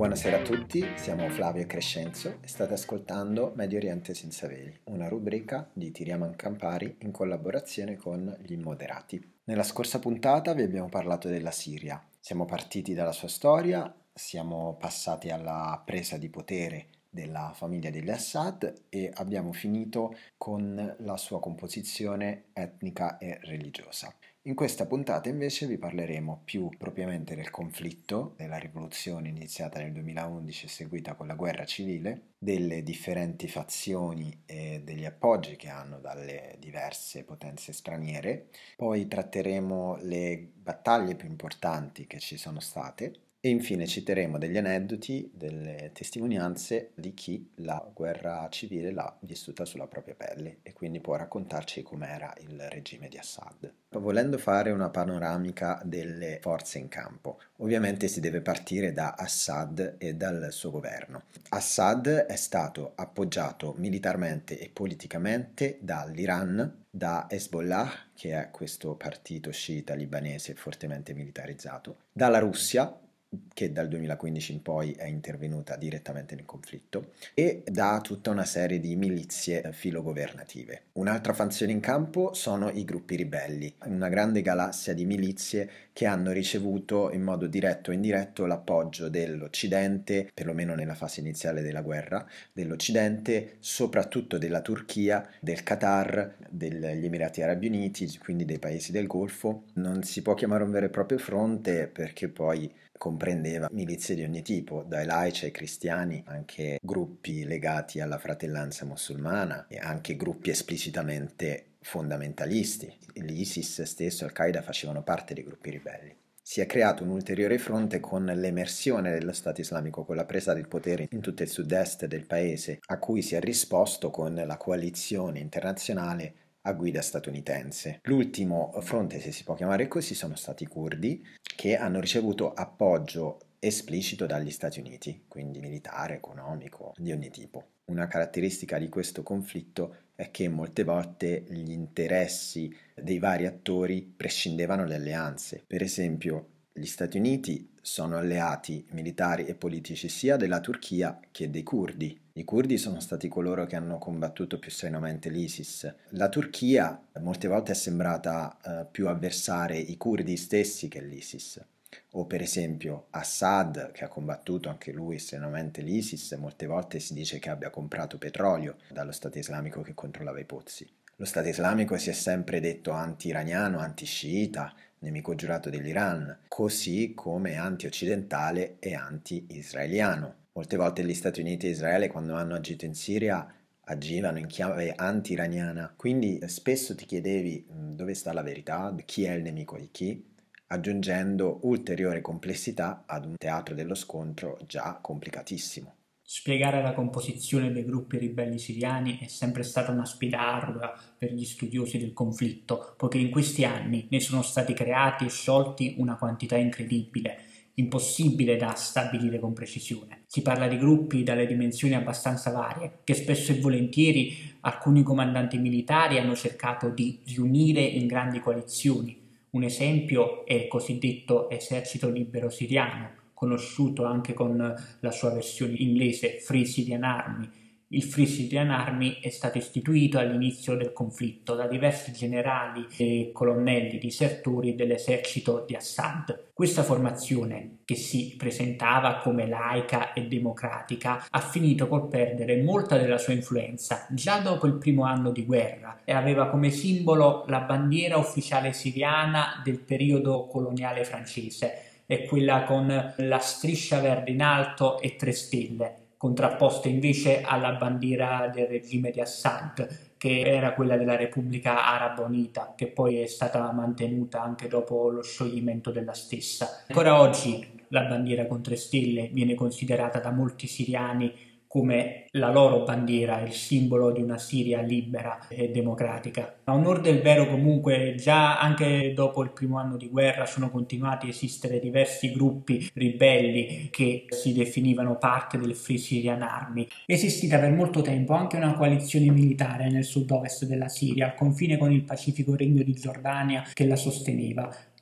Buonasera a tutti, siamo Flavio e Crescenzo e state ascoltando Medio Oriente senza veli, una rubrica di Tiriaman Campari in collaborazione con gli Immoderati. Nella scorsa puntata vi abbiamo parlato della Siria. Siamo partiti dalla sua storia, siamo passati alla presa di potere della famiglia degli Assad e abbiamo finito con la sua composizione etnica e religiosa. In questa puntata invece vi parleremo più propriamente del conflitto, della rivoluzione iniziata nel 2011 e seguita con la guerra civile, delle differenti fazioni e degli appoggi che hanno dalle diverse potenze straniere. Poi tratteremo le battaglie più importanti che ci sono state e infine citeremo degli aneddoti, delle testimonianze di chi la guerra civile l'ha vissuta sulla propria pelle e quindi può raccontarci com'era il regime di Assad. Volendo fare una panoramica delle forze in campo, ovviamente si deve partire da Assad e dal suo governo. Assad è stato appoggiato militarmente e politicamente dall'Iran, da Hezbollah, che è questo partito sciita libanese fortemente militarizzato, dalla Russia, che dal 2015 in poi è intervenuta direttamente nel conflitto, e da tutta una serie di milizie filogovernative. Un'altra fazione in campo sono i gruppi ribelli, una grande galassia di milizie che hanno ricevuto in modo diretto o indiretto l'appoggio dell'Occidente, perlomeno nella fase iniziale della guerra, dell'Occidente, soprattutto della Turchia, del Qatar, degli Emirati Arabi Uniti, quindi dei paesi del Golfo. Non si può chiamare un vero e proprio fronte perché poi comprendeva milizie di ogni tipo, dai laici ai cristiani, anche gruppi legati alla fratellanza musulmana e anche gruppi esplicitamente fondamentalisti. L'ISIS stesso e Al-Qaeda facevano parte dei gruppi ribelli. Si è creato un ulteriore fronte con l'emersione dello Stato islamico, con la presa del potere in tutto il sud-est del paese, a cui si è risposto con la coalizione internazionale a guida statunitense. L'ultimo fronte, se si può chiamare così, sono stati i curdi, che hanno ricevuto appoggio esplicito dagli Stati Uniti, quindi militare, economico, di ogni tipo. Una caratteristica di questo conflitto è che molte volte gli interessi dei vari attori prescindevano da alleanze. Per esempio, gli Stati Uniti sono alleati militari e politici sia della Turchia che dei curdi. I curdi sono stati coloro che hanno combattuto più strenuamente l'ISIS. La Turchia molte volte è sembrata più avversare i curdi stessi che l'ISIS. O per esempio Assad, che ha combattuto anche lui strenuamente l'ISIS, molte volte si dice che abbia comprato petrolio dallo Stato islamico che controllava i pozzi. Lo Stato islamico si è sempre detto anti-iraniano, anti-sciita, nemico giurato dell'Iran, così come anti-occidentale e anti-israeliano. Molte volte gli Stati Uniti e Israele, quando hanno agito in Siria, agivano in chiave anti-iraniana. Quindi spesso ti chiedevi dove sta la verità, chi è il nemico di chi, aggiungendo ulteriore complessità ad un teatro dello scontro già complicatissimo. Spiegare la composizione dei gruppi ribelli siriani è sempre stata una sfida ardua per gli studiosi del conflitto, poiché in questi anni ne sono stati creati e sciolti una quantità incredibile, impossibile da stabilire con precisione. Si parla di gruppi dalle dimensioni abbastanza varie, che spesso e volentieri alcuni comandanti militari hanno cercato di riunire in grandi coalizioni. Un esempio è il cosiddetto Esercito Libero Siriano, conosciuto anche con la sua versione inglese Free Syrian Army. Il Free Syrian Army è stato istituito all'inizio del conflitto da diversi generali e colonnelli disertori dell'esercito di Assad. Questa formazione, che si presentava come laica e democratica, ha finito col perdere molta della sua influenza già dopo il primo anno di guerra e aveva come simbolo la bandiera ufficiale siriana del periodo coloniale francese. È quella con la striscia verde in alto e 3 stelle, contrapposte invece alla bandiera del regime di Assad, che era quella della Repubblica Araba Unita, che poi è stata mantenuta anche dopo lo scioglimento della stessa. Ancora oggi la bandiera con 3 stelle viene considerata da molti siriani come la loro bandiera, il simbolo di una Siria libera e democratica. A onor del vero, comunque, già anche dopo il primo anno di guerra sono continuati a esistere diversi gruppi ribelli che si definivano parte del Free Syrian Army. È esistita per molto tempo anche una coalizione militare nel sud-ovest della Siria, al confine con il Pacifico Regno di Giordania, che la sosteneva.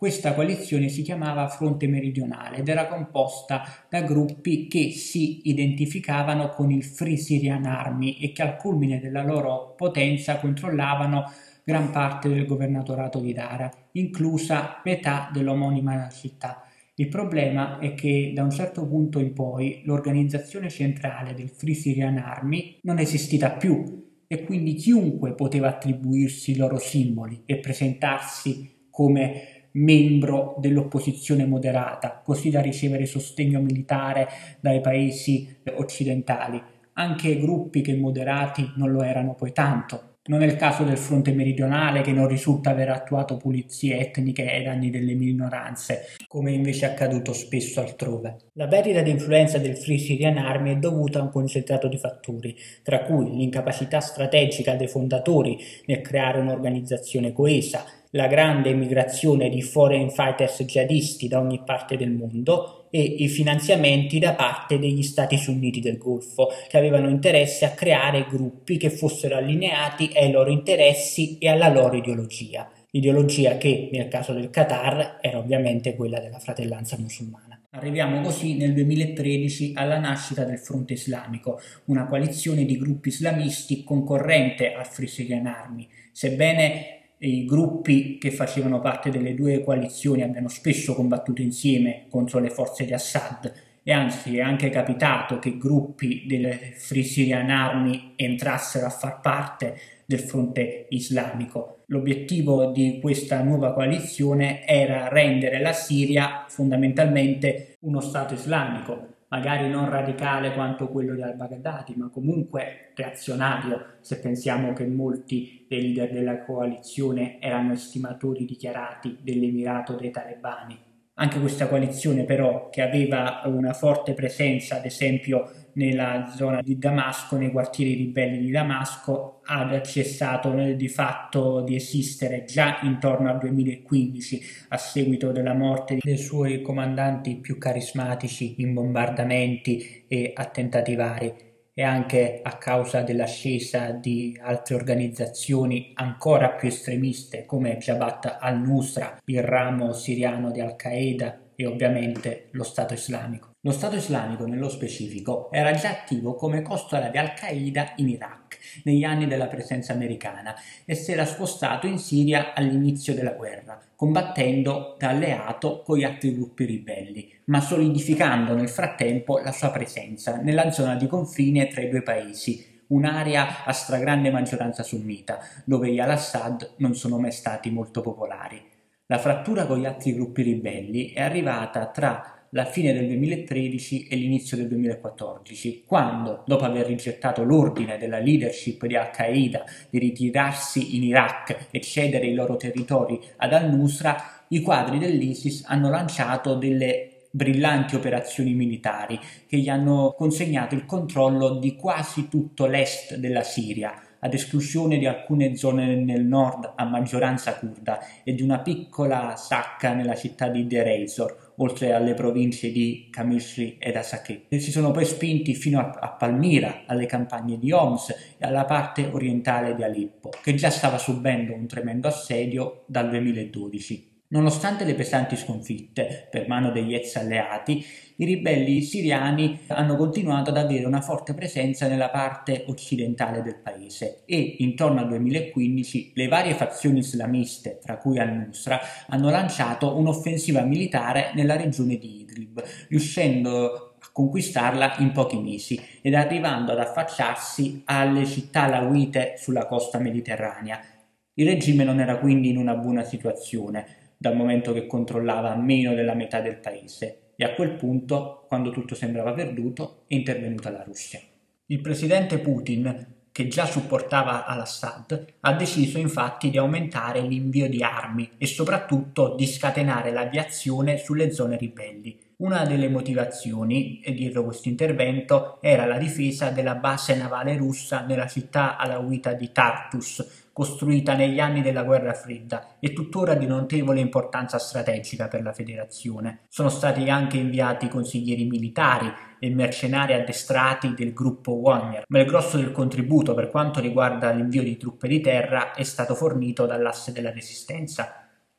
Questa coalizione si chiamava Fronte Meridionale ed era composta da gruppi che si identificavano con il Free Syrian Army e che al culmine della loro potenza controllavano gran parte del governatorato di Dara, inclusa metà dell'omonima città. Il problema è che da un certo punto in poi l'organizzazione centrale del Free Syrian Army non è esistita più e quindi chiunque poteva attribuirsi i loro simboli e presentarsi come membro dell'opposizione moderata, così da ricevere sostegno militare dai paesi occidentali. Anche gruppi che moderati non lo erano poi tanto. Non è il caso del fronte meridionale, che non risulta aver attuato pulizie etniche ai danni delle minoranze, come invece è accaduto spesso altrove. La perdita di influenza del Free Syrian Army è dovuta a un concentrato di fattori, tra cui l'incapacità strategica dei fondatori nel creare un'organizzazione coesa, la grande emigrazione di foreign fighters jihadisti da ogni parte del mondo e i finanziamenti da parte degli stati sunniti del Golfo, che avevano interesse a creare gruppi che fossero allineati ai loro interessi e alla loro ideologia che nel caso del Qatar era ovviamente quella della fratellanza musulmana. Arriviamo così nel 2013 alla nascita del Fronte Islamico, una coalizione di gruppi islamisti concorrente al Free Syrian Army, sebbene i gruppi che facevano parte delle due coalizioni abbiano spesso combattuto insieme contro le forze di Assad, e anzi è anche capitato che gruppi del Free Syrian Army entrassero a far parte del fronte islamico. L'obiettivo di questa nuova coalizione era rendere la Siria fondamentalmente uno Stato islamico, magari non radicale quanto quello di al-Baghdadi, ma comunque reazionario, se pensiamo che molti dei leader della coalizione erano estimatori dichiarati dell'emirato dei talebani. Anche questa coalizione però, che aveva una forte presenza ad esempio nella zona di Damasco, nei quartieri ribelli di Damasco, ha cessato di fatto di esistere già intorno al 2015 a seguito della morte dei suoi comandanti più carismatici in bombardamenti e attentati vari, e anche a causa dell'ascesa di altre organizzazioni ancora più estremiste come Jabhat al-Nusra, il ramo siriano di Al-Qaeda e ovviamente lo Stato Islamico. Lo Stato Islamico, nello specifico, era già attivo come costola di Al-Qaeda in Iraq negli anni della presenza americana e si era spostato in Siria all'inizio della guerra, combattendo da alleato con gli altri gruppi ribelli, ma solidificando nel frattempo la sua presenza nella zona di confine tra i due paesi, un'area a stragrande maggioranza sunnita, dove gli al-Assad non sono mai stati molto popolari. La frattura con gli altri gruppi ribelli è arrivata tra la fine del 2013 e l'inizio del 2014, quando, dopo aver rigettato l'ordine della leadership di Al-Qaeda di ritirarsi in Iraq e cedere i loro territori ad al-Nusra, i quadri dell'ISIS hanno lanciato delle brillanti operazioni militari che gli hanno consegnato il controllo di quasi tutto l'est della Siria, ad esclusione di alcune zone nel nord a maggioranza curda e di una piccola sacca nella città di Deir ez-Zor, oltre alle province di Qamishli ed Asakeh. Si sono poi spinti fino a Palmira, alle campagne di Homs e alla parte orientale di Aleppo, che già stava subendo un tremendo assedio dal 2012. Nonostante le pesanti sconfitte per mano degli ex alleati, i ribelli siriani hanno continuato ad avere una forte presenza nella parte occidentale del paese e intorno al 2015 le varie fazioni islamiste, tra cui al-Nusra, hanno lanciato un'offensiva militare nella regione di Idlib, riuscendo a conquistarla in pochi mesi ed arrivando ad affacciarsi alle città alawite sulla costa mediterranea. Il regime non era quindi in una buona situazione, dal momento che controllava meno della metà del paese, e a quel punto, quando tutto sembrava perduto, è intervenuta la Russia. Il presidente Putin, che già supportava al-Assad, ha deciso infatti di aumentare l'invio di armi e soprattutto di scatenare l'aviazione sulle zone ribelli. Una delle motivazioni dietro questo intervento era la difesa della base navale russa nella città alawita di Tartus, costruita negli anni della guerra fredda e tuttora di notevole importanza strategica per la federazione. Sono stati anche inviati consiglieri militari e mercenari addestrati del gruppo Wagner, ma il grosso del contributo per quanto riguarda l'invio di truppe di terra è stato fornito dall'asse della resistenza.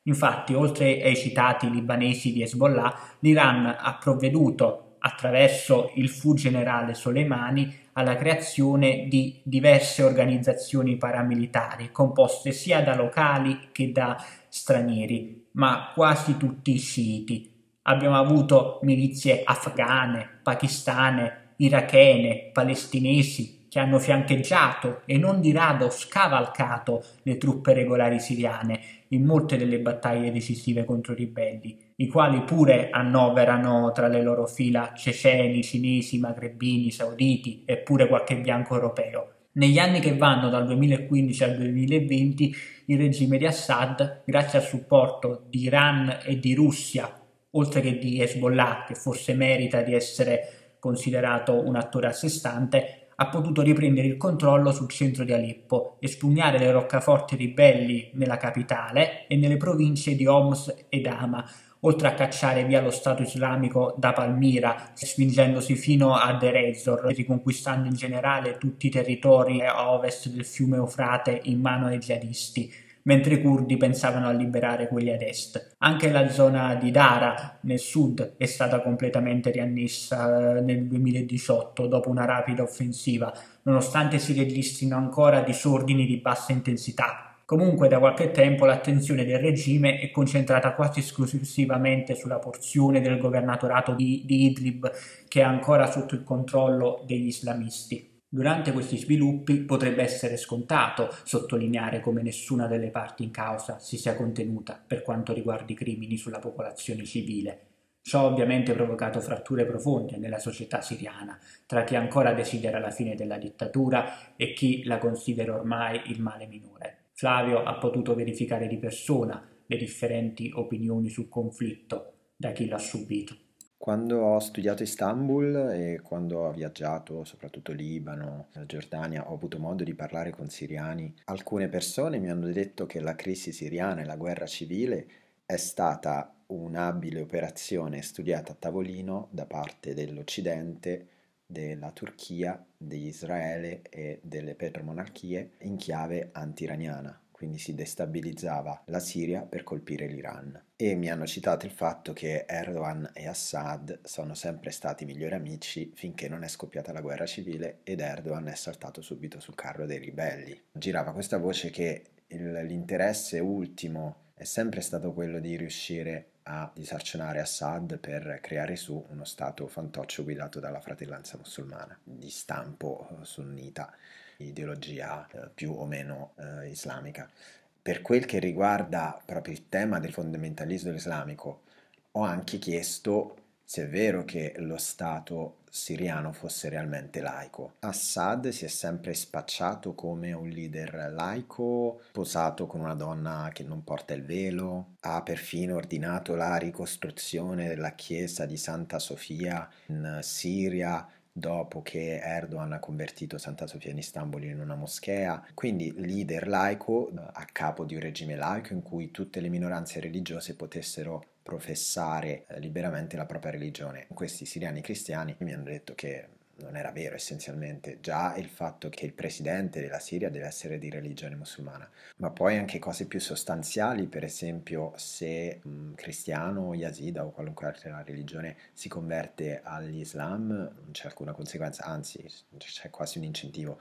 Infatti, oltre ai citati libanesi di Hezbollah, l'Iran ha provveduto, attraverso il fu generale Soleimani, alla creazione di diverse organizzazioni paramilitari, composte sia da locali che da stranieri, ma quasi tutti sciiti. Abbiamo avuto milizie afghane, pakistane, irachene, palestinesi che hanno fiancheggiato e non di rado scavalcato le truppe regolari siriane in molte delle battaglie decisive contro i ribelli, i quali pure annoverano tra le loro fila ceceni, cinesi, magrebini, sauditi e pure qualche bianco europeo. Negli anni che vanno dal 2015 al 2020 il regime di Assad, grazie al supporto di Iran e di Russia, oltre che di Hezbollah, che forse merita di essere considerato un attore a sé stante, ha potuto riprendere il controllo sul centro di Aleppo, espugnare le roccaforti ribelli nella capitale e nelle province di Homs ed Hama, oltre a cacciare via lo Stato islamico da Palmira, spingendosi fino a Deir ez-Zor, riconquistando in generale tutti i territori a ovest del fiume Eufrate in mano ai jihadisti, mentre i curdi pensavano a liberare quelli ad est. Anche la zona di Dara, nel sud, è stata completamente riannessa nel 2018 dopo una rapida offensiva, nonostante si registrino ancora disordini di bassa intensità. Comunque da qualche tempo l'attenzione del regime è concentrata quasi esclusivamente sulla porzione del governatorato di Idlib che è ancora sotto il controllo degli islamisti. Durante questi sviluppi potrebbe essere scontato sottolineare come nessuna delle parti in causa si sia contenuta per quanto riguarda i crimini sulla popolazione civile. Ciò ha ovviamente provocato fratture profonde nella società siriana, tra chi ancora desidera la fine della dittatura e chi la considera ormai il male minore. Flavio ha potuto verificare di persona le differenti opinioni sul conflitto da chi l'ha subito. Quando ho studiato a Istanbul e quando ho viaggiato, soprattutto Libano, Giordania, ho avuto modo di parlare con siriani. Alcune persone mi hanno detto che la crisi siriana e la guerra civile è stata un'abile operazione studiata a tavolino da parte dell'Occidente, della Turchia, di Israele e delle petromonarchie in chiave anti-iraniana. Quindi si destabilizzava la Siria per colpire l'Iran. E mi hanno citato il fatto che Erdogan e Assad sono sempre stati migliori amici finché non è scoppiata la guerra civile ed Erdogan è saltato subito sul carro dei ribelli. Girava questa voce che l'interesse ultimo è sempre stato quello di riuscire a disarcionare Assad per creare su uno stato fantoccio guidato dalla fratellanza musulmana di stampo sunnita, ideologia più o meno islamica. Per quel che riguarda proprio il tema del fondamentalismo islamico, ho anche chiesto se è vero che lo Stato siriano fosse realmente laico. Assad si è sempre spacciato come un leader laico, sposato con una donna che non porta il velo, ha perfino ordinato la ricostruzione della chiesa di Santa Sofia in Siria dopo che Erdogan ha convertito Santa Sofia in Istanbul in una moschea, quindi leader laico a capo di un regime laico in cui tutte le minoranze religiose potessero professare liberamente la propria religione. Questi siriani cristiani mi hanno detto che non era vero essenzialmente, già il fatto che il presidente della Siria deve essere di religione musulmana, ma poi anche cose più sostanziali, per esempio se un cristiano, yazida o qualunque altra religione si converte all'Islam non c'è alcuna conseguenza, anzi c'è quasi un incentivo.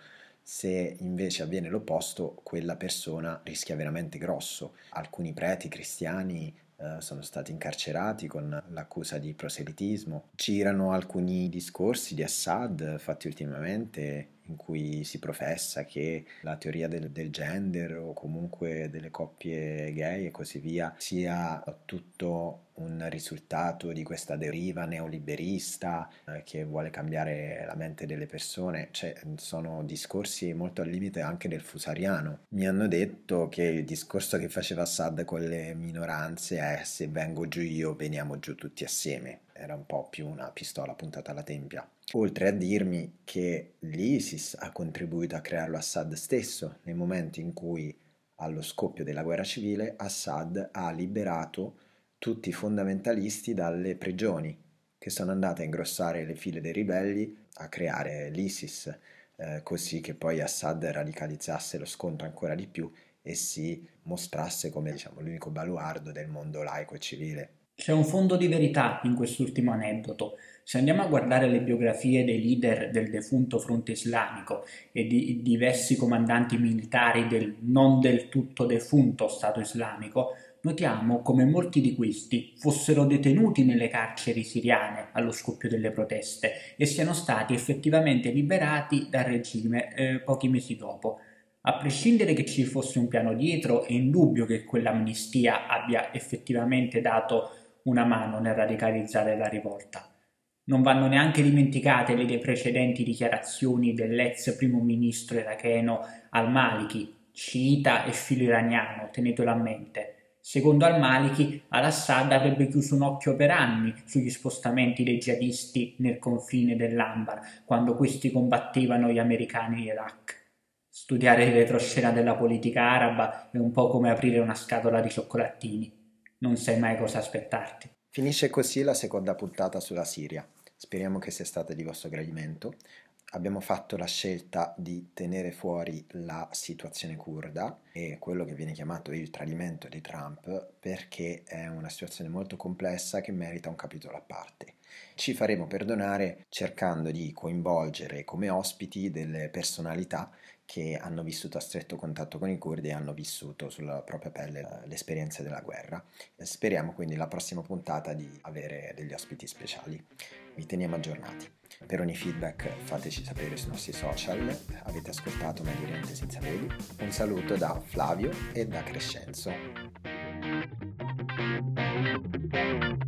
Se invece avviene l'opposto, quella persona rischia veramente grosso. Alcuni preti cristiani sono stati incarcerati con l'accusa di proselitismo. Girano alcuni discorsi di Assad fatti ultimamente in cui si professa che la teoria del gender o comunque delle coppie gay e così via sia tutto un risultato di questa deriva neoliberista che vuole cambiare la mente delle persone, cioè sono discorsi molto al limite anche del fusariano. Mi hanno detto che il discorso che faceva Assad con le minoranze è se vengo giù io veniamo giù tutti assieme, era un po' più una pistola puntata alla tempia. Oltre a dirmi che l'ISIS ha contribuito a crearlo Assad stesso nel momento in cui allo scoppio della guerra civile Assad ha liberato tutti i fondamentalisti dalle prigioni che sono andate a ingrossare le file dei ribelli a creare l'ISIS, così che poi Assad radicalizzasse lo scontro ancora di più e si mostrasse come, diciamo, l'unico baluardo del mondo laico e civile. C'è un fondo di verità in quest'ultimo aneddoto. Se andiamo a guardare le biografie dei leader del defunto fronte islamico e di diversi comandanti militari del non del tutto defunto Stato islamico, notiamo come molti di questi fossero detenuti nelle carceri siriane allo scoppio delle proteste e siano stati effettivamente liberati dal regime pochi mesi dopo. A prescindere che ci fosse un piano dietro, è indubbio che quell'amnistia abbia effettivamente dato una mano nel radicalizzare la rivolta. Non vanno neanche dimenticate le precedenti dichiarazioni dell'ex primo ministro iracheno al-Maliki, sciita e filo iraniano, tenetelo a mente. Secondo al-Maliki, al-Assad avrebbe chiuso un occhio per anni sugli spostamenti dei jihadisti nel confine dell'Anbar, quando questi combattevano gli americani in Iraq. Studiare il retroscena della politica araba è un po' come aprire una scatola di cioccolatini. Non sai mai cosa aspettarti. Finisce così la seconda puntata sulla Siria. Speriamo che sia stata di vostro gradimento. Abbiamo fatto la scelta di tenere fuori la situazione curda e quello che viene chiamato il tradimento di Trump, perché è una situazione molto complessa che merita un capitolo a parte. Ci faremo perdonare cercando di coinvolgere come ospiti delle personalità che hanno vissuto a stretto contatto con i curdi e hanno vissuto sulla propria pelle l'esperienza della guerra. Speriamo quindi la prossima puntata di avere degli ospiti speciali. Vi teniamo aggiornati. Per ogni feedback fateci sapere sui nostri social. Avete ascoltato Medio Oriente senza veli. Un saluto da Flavio e da Crescenzo.